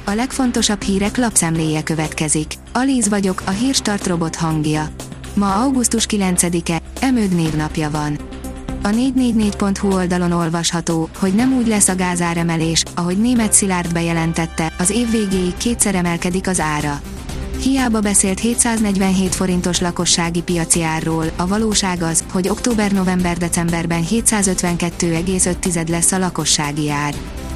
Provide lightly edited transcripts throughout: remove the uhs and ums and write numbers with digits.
A legfontosabb hírek lapszemléje következik. Alíz vagyok, a Hírstart robot hangja. Ma augusztus 9-e, Emőd névnapja van. A 444.hu oldalon olvasható, hogy nem úgy lesz a gázáremelés, ahogy Németh Szilárd bejelentette, az év végéig kétszer emelkedik az ára. Hiába beszélt 747 forintos lakossági piaci árról, a valóság az, hogy október-november-decemberben 752,5 lesz a lakossági ár.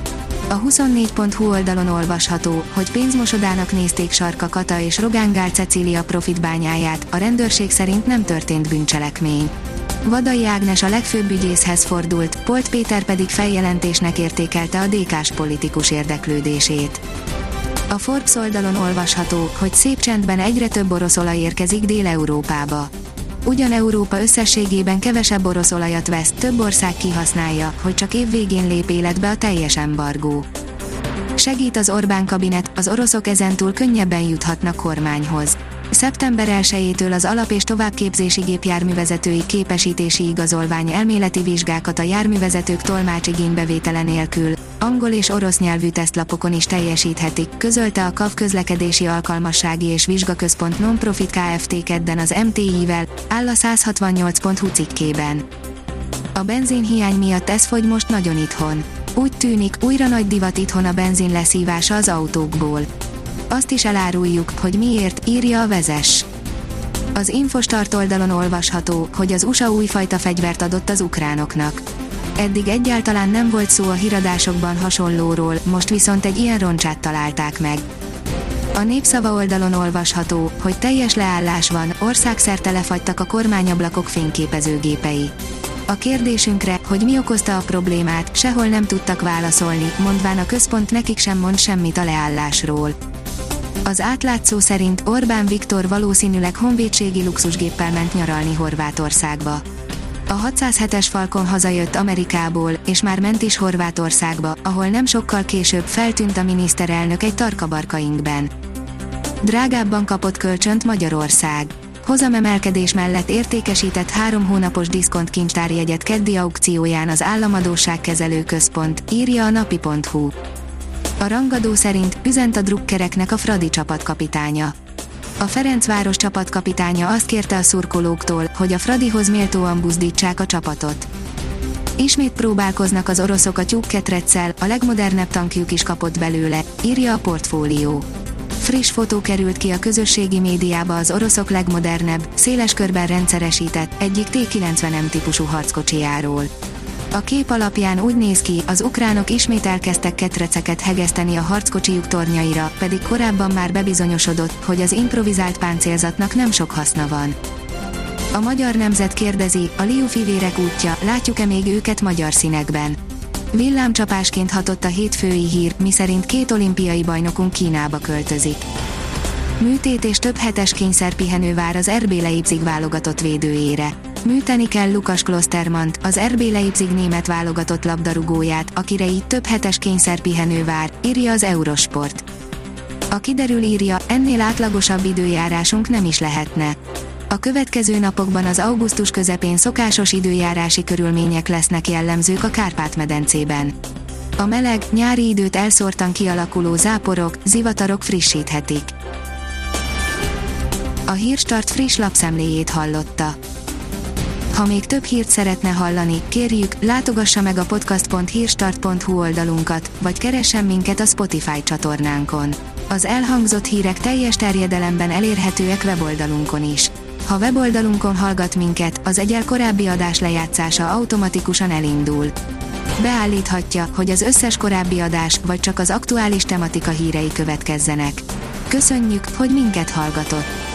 A 24.hu oldalon olvasható, hogy pénzmosodának nézték Sarka Kata és Rogán Gál Cecília profitbányáját, a rendőrség szerint nem történt bűncselekmény. Vadai Ágnes a legfőbb ügyészhez fordult, Polt Péter pedig feljelentésnek értékelte a DK-s politikus érdeklődését. A Forbes oldalon olvasható, hogy szép csendben egyre több orosz olaj érkezik Dél-Európába. Ugyan Európa összességében kevesebb orosz olajat vesz, több ország kihasználja, hogy csak év végén lép életbe a teljes embargó. Segít az Orbán kabinet, az oroszok ezentúl könnyebben juthatnak kormányhoz. Szeptember 1-től az alap- és továbbképzési gépjárművezetői képesítési igazolvány elméleti vizsgákat a járművezetők tolmácsigénybevétele nélkül, angol és orosz nyelvű tesztlapokon is teljesíthetik, közölte a KAV közlekedési alkalmassági és vizsgaközpont non-profit Kft. Kedden az MTI-vel, áll a 168.hu cikkében. A benzinhiány miatt ez fogy most nagyon itthon. Úgy tűnik, újra nagy divat itthon a benzin leszívása az autókból. Azt is eláruljuk, hogy miért, írja a Vezess. Az Infostart oldalon olvasható, hogy az USA újfajta fegyvert adott az ukránoknak. Eddig egyáltalán nem volt szó a híradásokban hasonlóról, most viszont egy ilyen roncsát találták meg. A Népszava oldalon olvasható, hogy teljes leállás van, országszerte lefagytak a kormányablakok fényképezőgépei. A kérdésünkre, hogy mi okozta a problémát, sehol nem tudtak válaszolni, mondván a központ nekik sem mond semmit a leállásról. Az átlátszó szerint Orbán Viktor valószínűleg honvédségi luxusgéppel ment nyaralni Horvátországba. A 607-es Falcon hazajött Amerikából, és már ment is Horvátországba, ahol nem sokkal később feltűnt a miniszterelnök egy tarkabarka ingben. Drágábban kapott kölcsönt Magyarország. Hozamemelkedés mellett értékesített 3 hónapos diszkontkincstárjegyet keddi aukcióján az Államadósságkezelő Központ, írja a napi.hu. A rangadó szerint üzent a drukkereknek a Fradi csapatkapitánya. A Ferencváros csapatkapitánya azt kérte a szurkolóktól, hogy a Fradihoz méltóan buzdítsák a csapatot. Ismét próbálkoznak az oroszok a tyúkketreccel, a legmodernebb tankjuk is kapott belőle, írja a Portfólió. Friss fotó került ki a közösségi médiába az oroszok legmodernebb, széles körben rendszeresített, egyik T-90M típusú harckocsijáról. A kép alapján úgy néz ki, az ukránok ismét elkezdtek ketreceket hegeszteni a harckocsijuk tornyaira, pedig korábban már bebizonyosodott, hogy az improvizált páncélzatnak nem sok haszna van. A Magyar Nemzet kérdezi, a Liu-fivérek útja, látjuk-e még őket magyar színekben? Villámcsapásként hatott a hétfői hír, miszerint 2 olimpiai bajnokunk Kínába költözik. Műtét és több hetes kényszerpihenő vár az RB Leipzig válogatott védőjére. Műteni kell Lukas Klostermant, az RB Leipzig német válogatott labdarúgóját, akire így több hetes kényszerpihenő vár, írja az Eurosport. A kiderül írja, ennél átlagosabb időjárásunk nem is lehetne. A következő napokban az augusztus közepén szokásos időjárási körülmények lesznek jellemzők a Kárpát-medencében. A meleg, nyári időt elszórtan kialakuló záporok, zivatarok frissíthetik. A Hírstart friss lapszemléjét hallotta. Ha még több hírt szeretne hallani, kérjük, látogassa meg a podcast.hírstart.hu oldalunkat, vagy keressen minket a Spotify csatornánkon. Az elhangzott hírek teljes terjedelemben elérhetőek weboldalunkon is. Ha weboldalunkon hallgat minket, az egyel korábbi adás lejátszása automatikusan elindul. Beállíthatja, hogy az összes korábbi adás, vagy csak az aktuális tematika hírei következzenek. Köszönjük, hogy minket hallgatott!